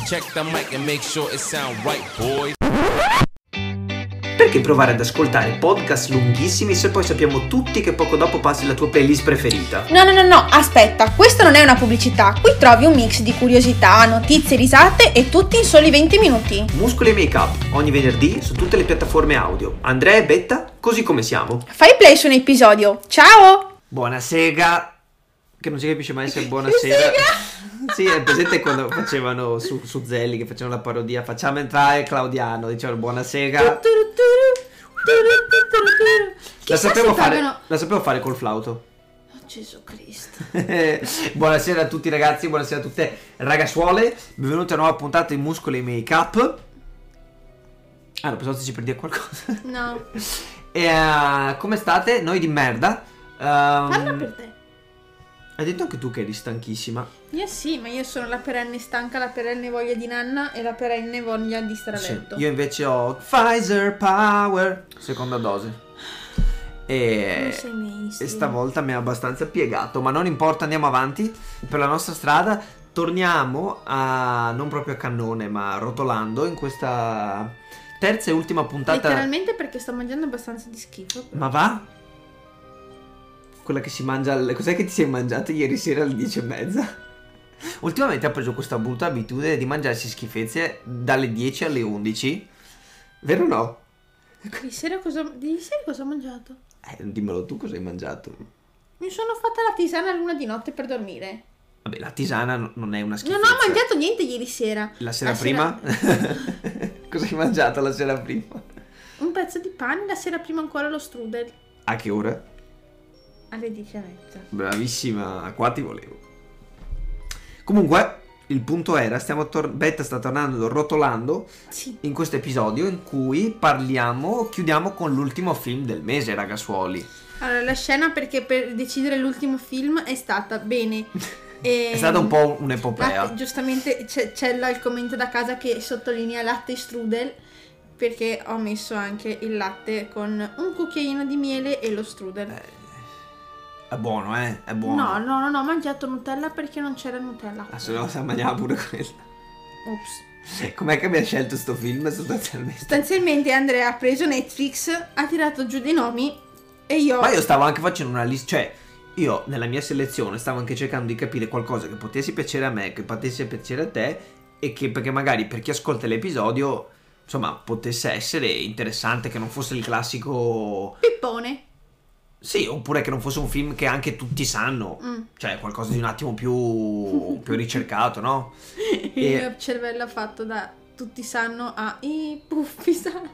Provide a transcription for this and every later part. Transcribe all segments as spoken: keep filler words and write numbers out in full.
Check the mic and make sure it sound right, boys. Perché provare ad ascoltare podcast lunghissimi se poi sappiamo tutti che poco dopo passi la tua playlist preferita? No, no, no, no, aspetta, questo non è una pubblicità. Qui trovi un mix di curiosità, notizie, risate e tutti in soli venti minuti. Muscoli e Make-up, ogni venerdì su tutte le piattaforme audio. Andrea e Betta, così come siamo. Fai play su un episodio. Ciao! Buonasera. Che non si capisce mai se è buonasera. Sì, è presente quando facevano su, su Zelli, che facevano la parodia. Facciamo entrare Claudiano, dicevano buonasera. La sapevo fare, la sapevo fare col flauto. Oh, Gesù Cristo. Buonasera a tutti ragazzi, buonasera a tutte ragazzuole. Benvenuti a una nuova puntata di Muscoli e Make-up. Ah, non pensavo si per dire qualcosa. No. E uh, come state? Noi di merda. Um, Parla per te. Hai detto anche tu che eri stanchissima. Io sì, ma io sono la perenne stanca, la perenne voglia di nanna e la perenne voglia di stare a Sì, letto. io invece ho Pfizer Power, seconda dose. E, Non sei mainstream. e stavolta mi ha abbastanza piegato, ma non importa, andiamo avanti per la nostra strada. Torniamo a, non proprio a cannone, ma rotolando in questa terza e ultima puntata. Letteralmente perché sto mangiando abbastanza di schifo. Ma va? Quella che si mangia al... Cos'è che ti sei mangiato ieri sera alle dieci e mezza? Ultimamente ha preso questa brutta abitudine di mangiarsi schifezze dalle dieci alle undici. Vero o no? Di sera cosa, di sera cosa ho mangiato? Eh, dimmelo tu cosa hai mangiato. Mi sono fatta la tisana l'una di notte per dormire. Vabbè, la tisana no- non è una schifezza. Non ho mangiato niente ieri sera. La sera La prima? sera- Cosa hai mangiato la sera prima? Un pezzo di pane, la sera prima ancora lo strudel. A che ora? Alle dieci e mezza. Bravissima, qua ti volevo. Comunque, il punto era, stiamo tor- Betta sta tornando rotolando Sì. in questo episodio in cui parliamo, chiudiamo con l'ultimo film del mese, ragazzuoli. Allora, la scena perché per decidere l'ultimo film è stata bene. E È stata un po' latte, un'epopea. giustamente c'è, c'è là il commento da casa che sottolinea latte strudel, perché ho messo anche il latte con un cucchiaino di miele e lo strudel. Eh, È buono, eh? È buono. No, no, no, no, ho mangiato Nutella perché non c'era Nutella. Ah, se no si mangiava pure quella. Ops. Com'è che abbiamo scelto sto film sostanzialmente? Sostanzialmente Andrea ha preso Netflix, ha tirato giù dei nomi e io... Ma io stavo anche facendo una lista, cioè io nella mia selezione stavo anche cercando di capire qualcosa che potesse piacere a me, che potesse piacere a te e che perché magari per chi ascolta l'episodio, insomma, potesse essere interessante, che non fosse il classico... Pippone. Sì, oppure che non fosse un film che anche tutti sanno, Mm. cioè qualcosa di un attimo più, più ricercato, no? Il E- mio cervello ha fatto da tutti sanno a i puffi sanno.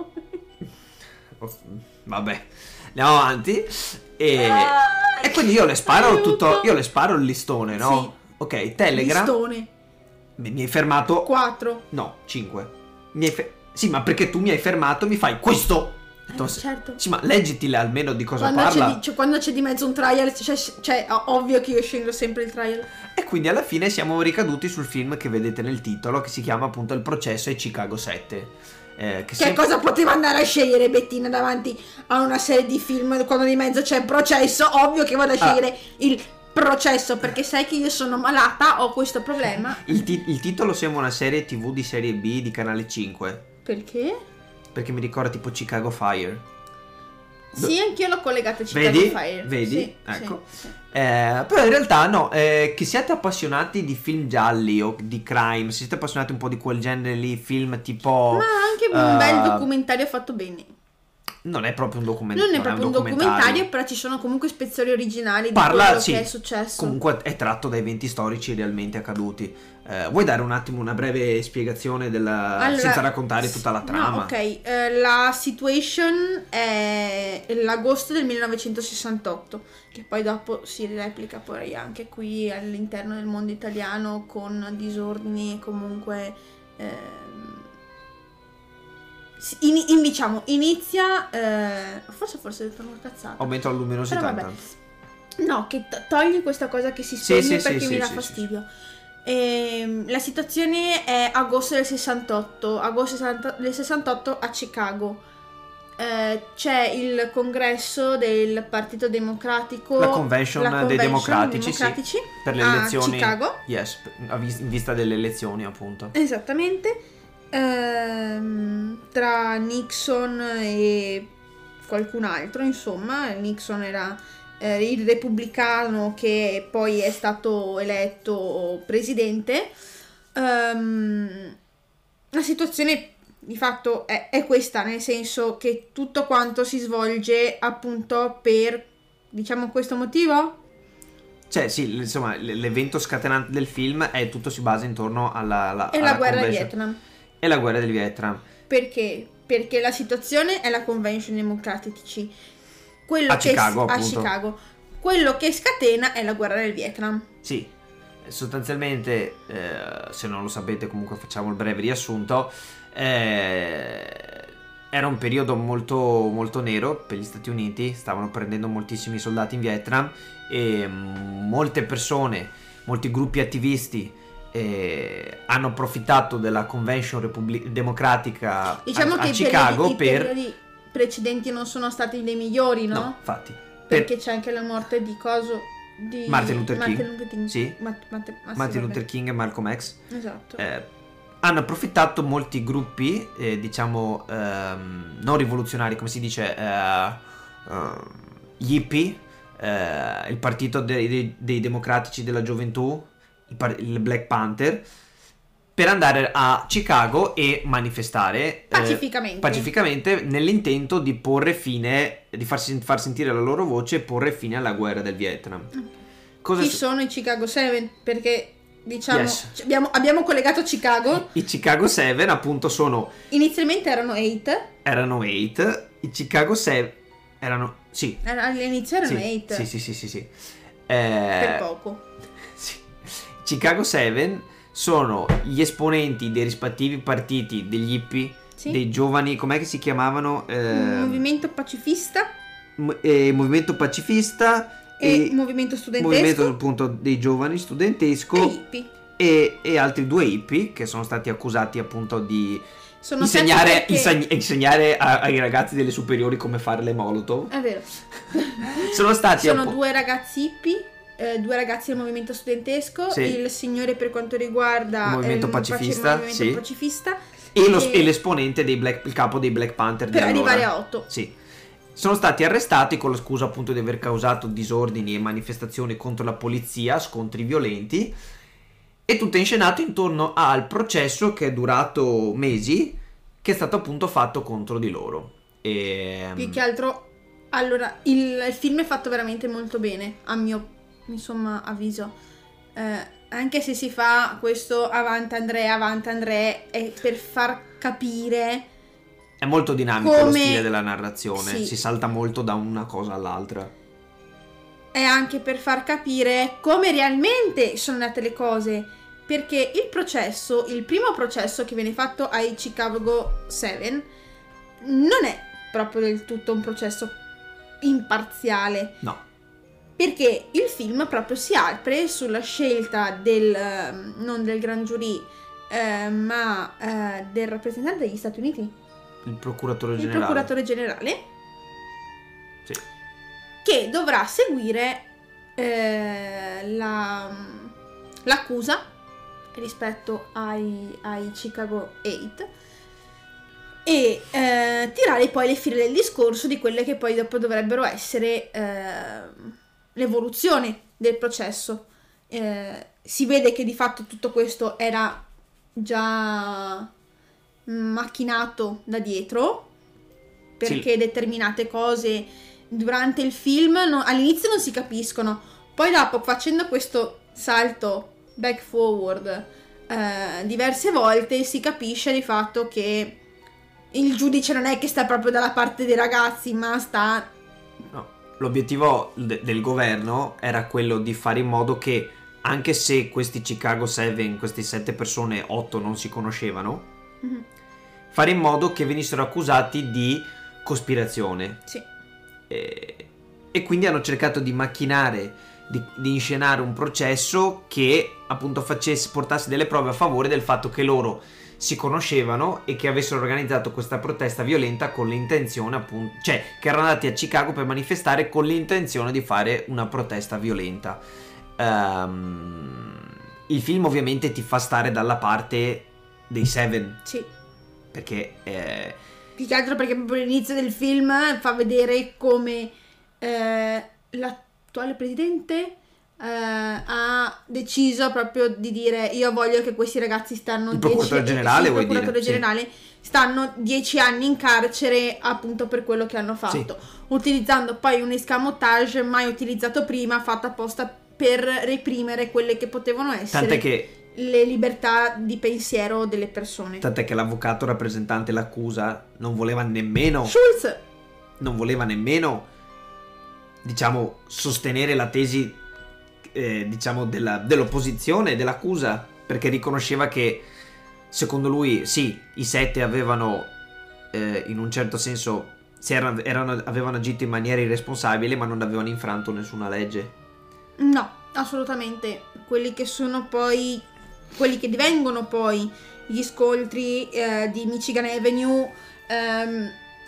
Oh, vabbè, andiamo avanti. E, Ah, e quindi io le sparo aiuto. tutto, io le sparo il listone, no? Ok, Telegram. Listone. Mi mi hai fermato. quattro. No, cinque. Mi hai fe- Sì, ma perché tu mi hai fermato, mi fai questo. Ho detto, Eh, certo. Sì, ma leggitile almeno di cosa Quando c'è, parla. di, cioè, quando c'è di mezzo un trial, cioè, cioè, ov- ovvio che io scendo sempre il trial. E quindi alla fine siamo ricaduti sul film che vedete nel titolo, che si chiama appunto Il processo ai Chicago sette. Eh, che Che sem- cosa poteva andare a scegliere Bettina davanti a una serie di film quando di mezzo c'è il processo? Ovvio che vado a scegliere il processo, perché sai che io sono malata, ho questo problema. il, ti- il titolo sembra una serie tv di serie B di Canale cinque, Perché? perché mi ricorda tipo Chicago Fire. Sì, anch'io l'ho collegato a Chicago Vedi? Fire. Vedi? Sì, Ecco. sì, sì. Eh, però in realtà no, eh, che siate appassionati di film gialli o di crime, se siete appassionati un po' di quel genere lì, film tipo... Ma anche un bel eh, documentario fatto bene. Non è proprio un documento- Non è un proprio un documentario, però ci sono comunque spezzoni originali di Parla, quello sì, che è successo. comunque è tratto da eventi storici realmente accaduti. Eh, vuoi dare un attimo una breve spiegazione della... Allora, senza raccontare tutta la trama? No, ok, eh, la situation è l'agosto del millenovecentosessantotto, che poi dopo si replica poi anche qui all'interno del mondo italiano con disordini e comunque ehm, si- in, in- diciamo inizia eh, forse forse ho detto una cazzata. Aumento la luminosità Però vabbè. intanto. No, che to- togli questa cosa che si Sì, spegne sì, sì, perché sì, mi dà sì, fastidio. Ehm, la situazione è agosto del sessantotto, agosto sessanta del sessantotto a Chicago. eh, c'è il congresso del Partito Democratico, La convention, la dei convention democratici, democratici sì, per le a elezioni. Chicago. Yes, a vis- in vista delle elezioni, appunto. Esattamente. Ehm, tra Nixon e qualcun altro, insomma. Nixon era eh, il repubblicano che poi è stato eletto presidente. Ehm, la situazione di fatto è, è questa, nel senso che tutto quanto si svolge appunto per, diciamo, questo motivo. Cioè, sì, insomma, l- l'evento scatenante del film è tutto si basa intorno alla, alla, È alla la guerra del convention- Vietnam. E la guerra del Vietnam. Perché? Perché la situazione è la convention democratici. Quello A che Chicago, a appunto. Chicago. Quello che scatena è la guerra del Vietnam. Sì, sostanzialmente, eh, se non lo sapete, comunque facciamo il breve riassunto. Eh, era un periodo molto, molto nero per gli Stati Uniti, stavano prendendo moltissimi soldati in Vietnam e molte persone, molti gruppi attivisti eh, hanno approfittato della convention Repubblic- democratica Diciamo a, che a i Chicago periodi, i per... periodi precedenti non sono stati dei migliori, no? No, infatti. Perché c'è anche la morte di coso di Martin Luther King. Martin Luther King. Sì. Mat- Mat- ah, sì, Martin vabbè. Luther King e Malcolm X. Esatto. Eh, hanno approfittato molti gruppi, eh, diciamo, ehm, non rivoluzionari, come si dice, eh, eh, gli hippie, eh, il partito dei, dei- dei democratici della gioventù, il, par- il Black Panther, per andare a Chicago e manifestare eh, Pacificamente. pacificamente nell'intento di porre fine, di far, sen- far sentire la loro voce e porre fine alla guerra del Vietnam. Cosa Chi su- sono i Chicago Seven? Perché diciamo Yes. c- abbiamo, abbiamo collegato Chicago. I Chicago Seven, appunto, sono Inizialmente erano eight. erano eight, i Chicago Seven erano sì, All'inizio erano sì, eight. sì, sì, sì, sì, sì. Eh, Per poco. sì. I Chicago Seven sono gli esponenti dei rispettivi partiti degli hippie, Sì. dei giovani, com'è che si chiamavano? Eh, Un movimento pacifista m- eh, movimento pacifista e, e movimento studentesco movimento appunto dei giovani studentesco e hippie. e, e altri due hippie che sono stati accusati appunto di Sono insegnare, stati perché- insegn- insegnare a- ai ragazzi delle superiori come fare le molotov. È vero. Sono stati Sono appo- due ragazzi hippie, eh, due ragazzi del movimento studentesco, Sì. il signore per quanto riguarda Il movimento eh, il pacifista, paci- il movimento sì. pacifista e, lo- e- e l'esponente dei Black, il capo dei Black Panther di per allora. arrivare a otto. Sì. Sono stati arrestati con la scusa appunto di aver causato disordini e manifestazioni contro la polizia, scontri violenti, e tutto è inscenato intorno al processo che è durato mesi, che è stato appunto fatto contro di loro. E Più che altro, allora, il, il film è fatto veramente molto bene, a mio, insomma, avviso. Eh, anche se si fa questo avanti Andrea, avanti Andrea, è per far capire è molto dinamico lo come- stile della narrazione, sì. si salta molto da una cosa all'altra. è anche per far capire come realmente sono andate le cose, perché il processo, il primo processo che viene fatto ai Chicago Seven non è proprio del tutto un processo imparziale, No, perché il film proprio si apre sulla scelta del ehm, non del grand jury eh, ma eh, del rappresentante degli Stati Uniti, il procuratore il generale. procuratore generale, Sì. che dovrà seguire eh, la, l'accusa rispetto ai, ai Chicago otto e eh, tirare poi le file del discorso di quelle che poi dopo dovrebbero essere eh, l'evoluzione del processo. Eh, si vede che di fatto tutto questo era già macchinato da dietro, perché Sì. determinate cose durante il film no- all'inizio non si capiscono, poi dopo facendo questo salto back forward eh, diverse volte si capisce di fatto che il giudice non è che sta proprio dalla parte dei ragazzi, ma sta No, l'obiettivo de- del governo era quello di fare in modo che, anche se questi Chicago Seven, queste sette persone, otto non si conoscevano, Mhm. fare in modo che venissero accusati di cospirazione. sì. E, e quindi hanno cercato di macchinare di, di inscenare un processo che appunto facesse, portasse delle prove a favore del fatto che loro si conoscevano e che avessero organizzato questa protesta violenta con l'intenzione appunto, cioè che erano andati a Chicago per manifestare con l'intenzione di fare una protesta violenta. Um, il film ovviamente ti fa stare dalla parte dei Seven. Sì. Perché eh... più che altro perché proprio l'inizio del film fa vedere come eh, l'attuale presidente eh, ha deciso proprio di dire: io voglio che questi ragazzi stanno il dieci procuratore generale, sì, vuoi il procuratore dire? generale Sì. stanno dieci anni in carcere appunto per quello che hanno fatto, Sì. utilizzando poi un escamotage mai utilizzato prima, fatto apposta per reprimere quelle che potevano essere Tant'è che le libertà di pensiero delle persone. Tant'è che l'avvocato rappresentante l'accusa non voleva nemmeno Schultz non voleva nemmeno diciamo sostenere la tesi eh, diciamo della, dell'opposizione, dell'accusa, perché riconosceva che secondo lui sì, i sette avevano eh, in un certo senso si erano, erano, avevano agito in maniera irresponsabile, ma non avevano infranto nessuna legge. No, assolutamente. Quelli che sono poi quelli che divengono poi gli scontri eh, di Michigan Avenue ehm,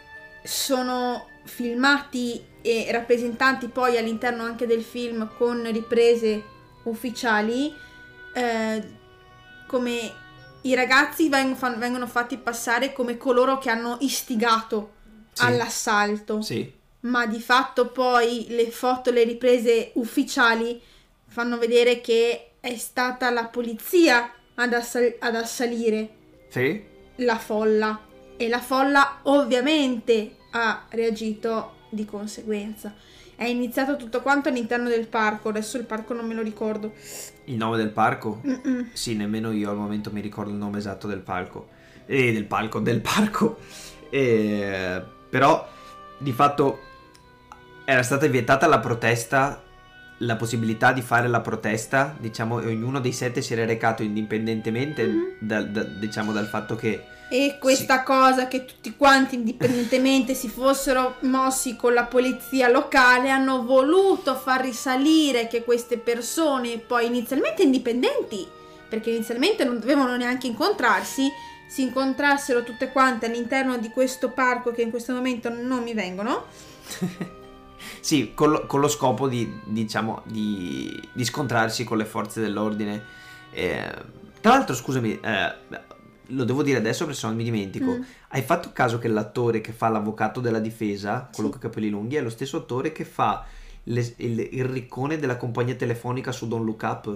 sono filmati e rappresentanti poi all'interno anche del film con riprese ufficiali, eh, come i ragazzi vengono, fan, vengono fatti passare come coloro che hanno istigato Sì. all'assalto. Sì. Ma di fatto poi le foto, le riprese ufficiali fanno vedere che è stata la polizia ad, assal- ad assalire Sì. la folla, e la folla ovviamente ha reagito di conseguenza. È iniziato tutto quanto all'interno del parco, adesso il parco non me lo ricordo. Il nome del parco? Mm-mm. Sì, nemmeno io al momento mi ricordo il nome esatto del palco. E del palco, del parco. E, però, di fatto, era stata vietata la protesta, la possibilità di fare la protesta, diciamo, e ognuno dei sette si era recato indipendentemente Mm-hmm. dal, da, diciamo, dal fatto che... E questa Sì. cosa che tutti quanti indipendentemente si fossero mossi con la polizia locale, hanno voluto far risalire che queste persone, poi inizialmente indipendenti, perché inizialmente non dovevano neanche incontrarsi, si incontrassero tutte quante all'interno di questo parco che in questo momento non mi vengono. Sì, con lo, con lo scopo di, diciamo, di, di scontrarsi con le forze dell'ordine. Eh, tra l'altro, scusami, eh, lo devo dire adesso perché se no mi dimentico. Mm. Hai fatto caso che l'attore che fa l'avvocato della difesa, quello Sì. con i capelli lunghi, è lo stesso attore che fa le- il, il riccone della compagnia telefonica su Don't Look Up?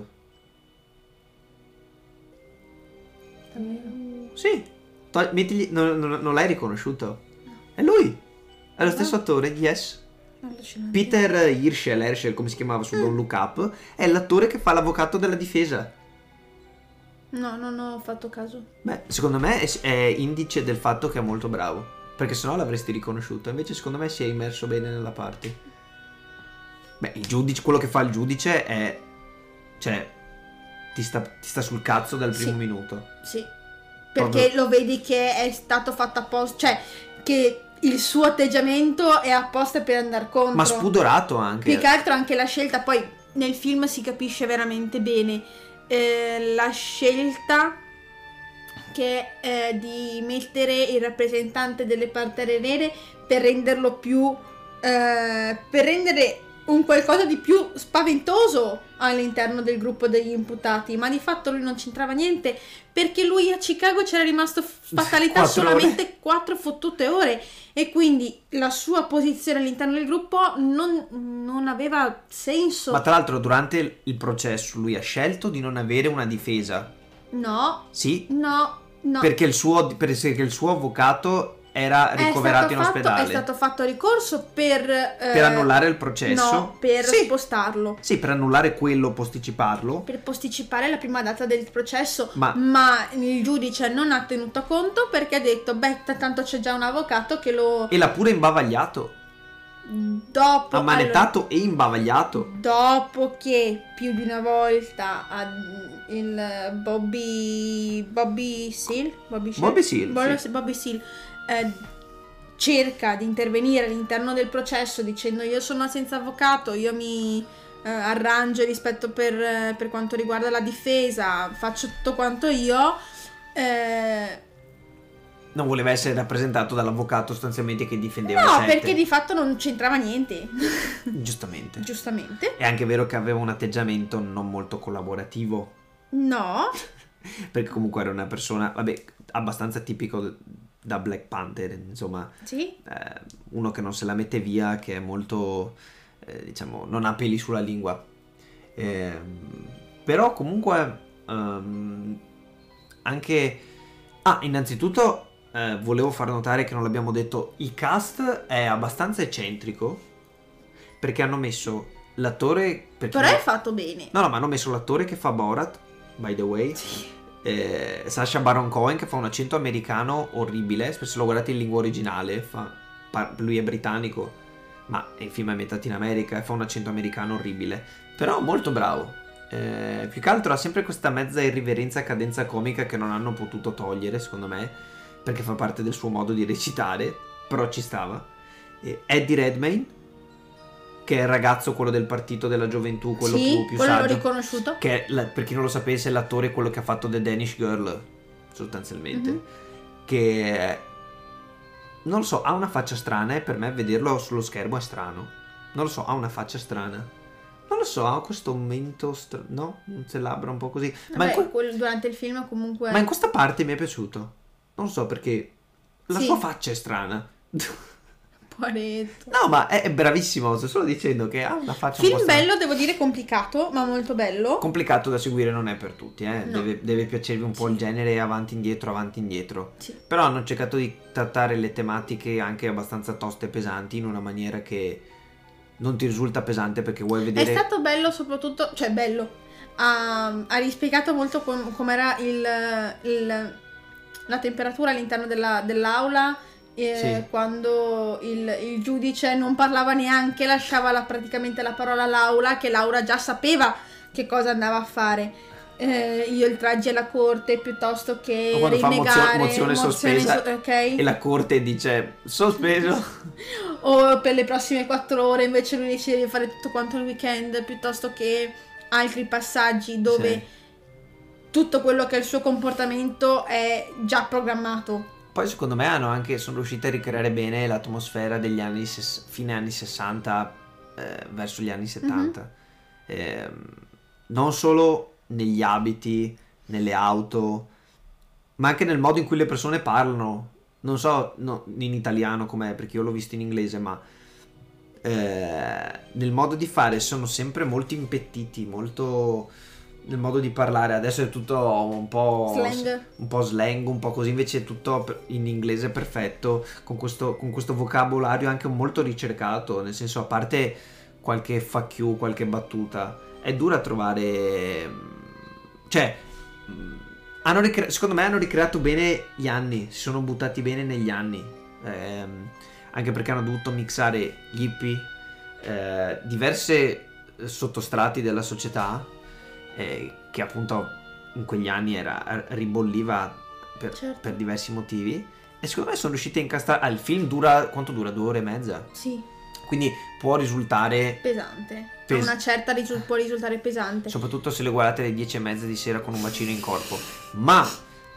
Sì. To- mettigli- non, non- non l'hai riconosciuto? È lui. È lo stesso No. attore, yes. Non lo so neanche. Peter Hirschel, Herschel, come si chiamava su Mm. Don't Look Up, è l'attore che fa l'avvocato della difesa. No, non ho fatto caso. Beh, secondo me è, è indice del fatto che è molto bravo, perché sennò l'avresti riconosciuto. Invece secondo me si è immerso bene nella parte. Beh, il giudice, quello che fa il giudice è, cioè, ti sta, ti sta sul cazzo dal primo Sì. minuto. Sì, perché lo vedi che è stato fatto apposta, cioè che il suo atteggiamento è apposta per andare contro. Ma spudorato anche. Più che altro anche la scelta, poi nel film si capisce veramente bene eh, la scelta che è di mettere il rappresentante delle Pantere Nere per renderlo più eh, per rendere un qualcosa di più spaventoso all'interno del gruppo degli imputati, ma di fatto lui non c'entrava niente, perché lui a Chicago c'era rimasto fatalità Quattro solamente quattro fottute ore, e quindi la sua posizione all'interno del gruppo non, non aveva senso. Ma tra l'altro durante il processo lui ha scelto di non avere una difesa. No, Sì, no, no. perché il suo, perché il suo avvocato era È ricoverato stato in fatto- ospedale. È stato fatto ricorso per... eh, Per annullare il processo? No, per Sì. spostarlo. Sì, per annullare quello, posticiparlo. Per posticipare la prima data del processo, Ma- ma, il giudice non ha tenuto conto perché ha detto, beh, t- tanto c'è già un avvocato che lo... E l'ha pure imbavagliato. Dopo... Ammanettato e imbavagliato. allora, dopo che più di una volta ha- il Bobby... Bobby Seal? Bobby Seal? Bobby Seale, Bobby, sì. Bobby Seale, eh, cerca di intervenire all'interno del processo dicendo io sono senza avvocato, io mi eh, arrangia rispetto per, per quanto riguarda la difesa, faccio tutto quanto io. Eh, Non voleva essere rappresentato dall'avvocato sostanzialmente che difendeva no, il sette. perché di fatto non c'entrava niente. Giustamente. Giustamente. È anche vero che aveva un atteggiamento non molto collaborativo. No. Perché comunque era una persona, vabbè, abbastanza tipico da Black Panther, insomma. Sì. Eh, uno che non se la mette via, che è molto, eh, diciamo, non ha peli sulla lingua. Eh, però comunque um, anche... Ah, innanzitutto eh, volevo far notare che non l'abbiamo detto, il cast è abbastanza eccentrico, perché hanno messo l'attore... perché Però no- è fatto bene. No, no, ma hanno messo l'attore che fa Borat, by the way. Sì. Eh, Sacha Baron Cohen, che fa un accento americano orribile. Se lo guardate in lingua originale, fa, par- lui è britannico, ma il film è ambientato in America e fa un accento americano orribile. Però molto bravo. Eh, più che altro ha sempre questa mezza irriverenza e cadenza comica che non hanno potuto togliere, secondo me, perché fa parte del suo modo di recitare. Però ci stava. Eh, Eddie Redmayne, che è il ragazzo, quello del partito della gioventù, quello Sì, più, più quello l'ho saggio, riconosciuto. che è la- per chi non lo sapesse è l'attore quello che ha fatto The Danish Girl, sostanzialmente. Mhm. Che non lo so, ha una faccia strana e per me vederlo sullo schermo è strano. Non lo so, ha una faccia strana. Non lo so, ha questo mento strano, no? Un labbra un po' così. Ma in, Vabbè, que- quel- durante il film comunque... ma in questa parte mi è piaciuto. Non so perché la Sì. sua faccia è strana. Poveretto. No, ma è, è bravissimo, sto solo dicendo che ha una faccia un Film po' strana. bello, devo dire complicato, ma molto bello. Complicato da seguire non è per tutti, eh. No. deve, deve piacervi un po' Sì. il genere avanti indietro, avanti indietro. Sì. Però hanno cercato di trattare le tematiche anche abbastanza toste e pesanti in una maniera che non ti risulta pesante perché vuoi È vedere... stato bello soprattutto, cioè bello, ha, ha rispiegato molto com- com'era il, il- la temperatura all'interno della- dell'aula, eh, Sì. quando il, il giudice non parlava neanche, lasciava la- praticamente la parola all'aula, che Laura già sapeva che cosa andava a fare. Eh, io il traggi alla corte piuttosto che O quando fa rinnegare, mozio- mozione sospesa so- ok? e la corte dice sospeso. O per le prossime quattro ore invece lui decide di fare tutto quanto il weekend piuttosto che altri passaggi dove Sì. tutto quello che è il suo comportamento è già programmato. Poi secondo me hanno anche, sono riusciti a ricreare bene l'atmosfera degli anni ses- fine anni sessanta eh, verso gli anni settanta. Ehm, non solo negli abiti, nelle auto, ma anche nel modo in cui le persone parlano. Non so no, in italiano com'è, perché io l'ho visto in inglese, ma eh, nel modo di fare sono sempre molto impettiti, molto nel modo di parlare. Adesso è tutto un po' Slang. un po' slang, un po' così, invece è tutto per- in inglese perfetto, con questo, con questo vocabolario anche molto ricercato, nel senso, a parte qualche fuck you, qualche battuta, è dura trovare, cioè mh, hanno ricre- secondo me hanno ricreato bene gli anni, si sono buttati bene negli anni, ehm, anche perché hanno dovuto mixare gli hippie, eh, diverse eh, sottostrati della società, eh, che appunto in quegli anni era, ribolliva per, Certo. per diversi motivi, e secondo me sono riusciti a incastrare. Ah, il film dura, quanto dura? Due ore e mezza, Sì, quindi può risultare, pesante. Pes- A una certa risu- può risultare pesante. soprattutto se le guardate alle dieci e mezza di sera con un bacino in corpo, ma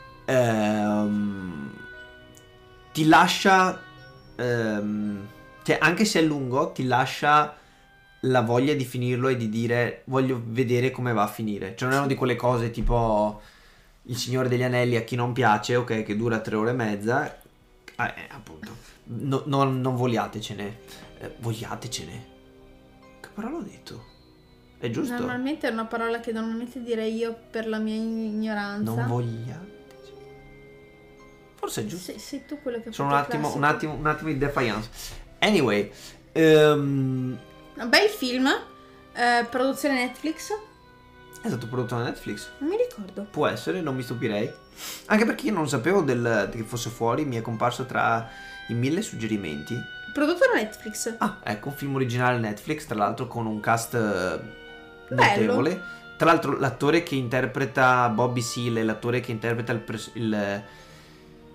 ehm, ti lascia, ehm, cioè anche se è lungo, ti lascia la voglia di finirlo e di dire voglio vedere come va a finire. Cioè non è una di quelle cose tipo Il Signore degli Anelli a chi non piace, ok, che dura tre ore e mezza, ah, eh, appunto, No- non, non vogliatecene, eh, vogliatecene. Che parola ho detto? È giusto? Normalmente è una parola che normalmente direi io per la mia ignoranza. Non vogliatecene. Forse è giusto. Se- sei tu quello che Sono un fa il attimo, un classico. attimo, un attimo di defiance. Anyway, ehm, Un bel film, eh, produzione Netflix, è stato prodotto da Netflix. non mi ricordo. Può essere, non mi stupirei. Anche perché io non sapevo del, che fosse fuori, mi è comparso tra i mille suggerimenti. Prodotto da Netflix. Ah, ecco, un film originale Netflix, tra l'altro con un cast eh, Bello. notevole. Tra l'altro l'attore che interpreta Bobby Seale, l'attore che interpreta il, pres- il,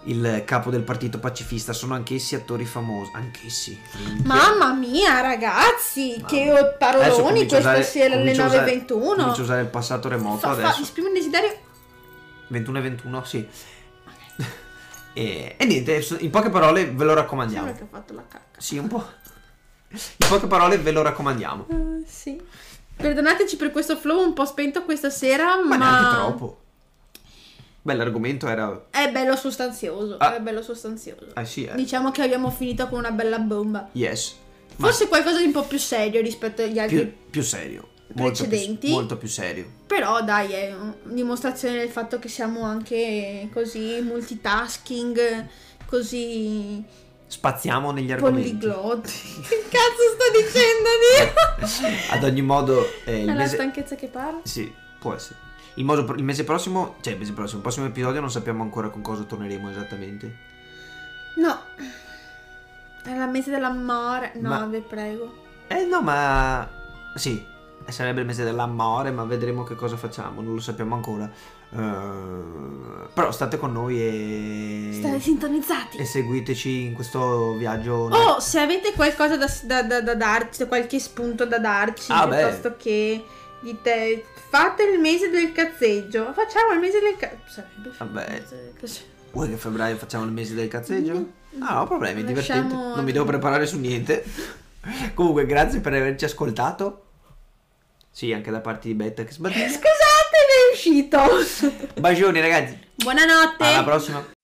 il capo del partito pacifista, sono anch'essi attori famosi, anch'essi. Mamma mia, ragazzi, Mamma. che Adesso paroloni comincio a questa usare- sera alle comincio a nove e usare- ventuno. Comincio a usare il passato remoto Fa, fa, adesso. esprimi un desiderio. ventuno e ventuno, sì. e, e niente, in poche parole ve lo raccomandiamo. Sembra che ho fatto la cacca. Sì, un po'. In poche parole ve lo raccomandiamo. Uh, sì. Perdonateci per questo flow un po' spento questa sera, Ma, ma, neanche troppo. Beh, l'argomento era... è bello sostanzioso. Ah. È bello sostanzioso. Eh sì, eh. Diciamo che abbiamo finito con una bella bomba. Yes. Ma Forse qualcosa di un po' più serio rispetto agli altri. più, più serio. Molto più- Precedenti. molto più serio. Però dai, è una dimostrazione del fatto che siamo anche così multitasking, così Spaziamo negli argomenti. poliglotti. Che cazzo sto dicendo, Dio? Ad ogni modo, eh, È il la mese... stanchezza che parla? Sì, può essere. Il, modo- il mese prossimo, cioè il mese prossimo, il prossimo episodio non sappiamo ancora con cosa torneremo esattamente. No. È la mese dell'amore. No, Ma- vi prego. Eh no, ma... Sì, sarebbe il mese dell'amore, ma vedremo che cosa facciamo, non lo sappiamo ancora. Eh, però state con noi e... State sintonizzati. e seguiteci in questo viaggio. Oh, se avete qualcosa da, da, da, da darci, qualche spunto da darci, Ah, beh. piuttosto che dite fate il mese del cazzeggio, facciamo il mese del cazzeggio. Sarebbe figo Vabbè. il mese del cazzeggio. Vuoi che a febbraio facciamo il mese del cazzeggio? Mm. Ah, no problemi, Lasciamo- divertente. Non mi devo preparare su niente. Comunque, grazie per averci ascoltato. Sì, anche da parte di Betta che sbatte. Scusate, mi è uscito. Bacioni ragazzi. Buonanotte. Alla prossima.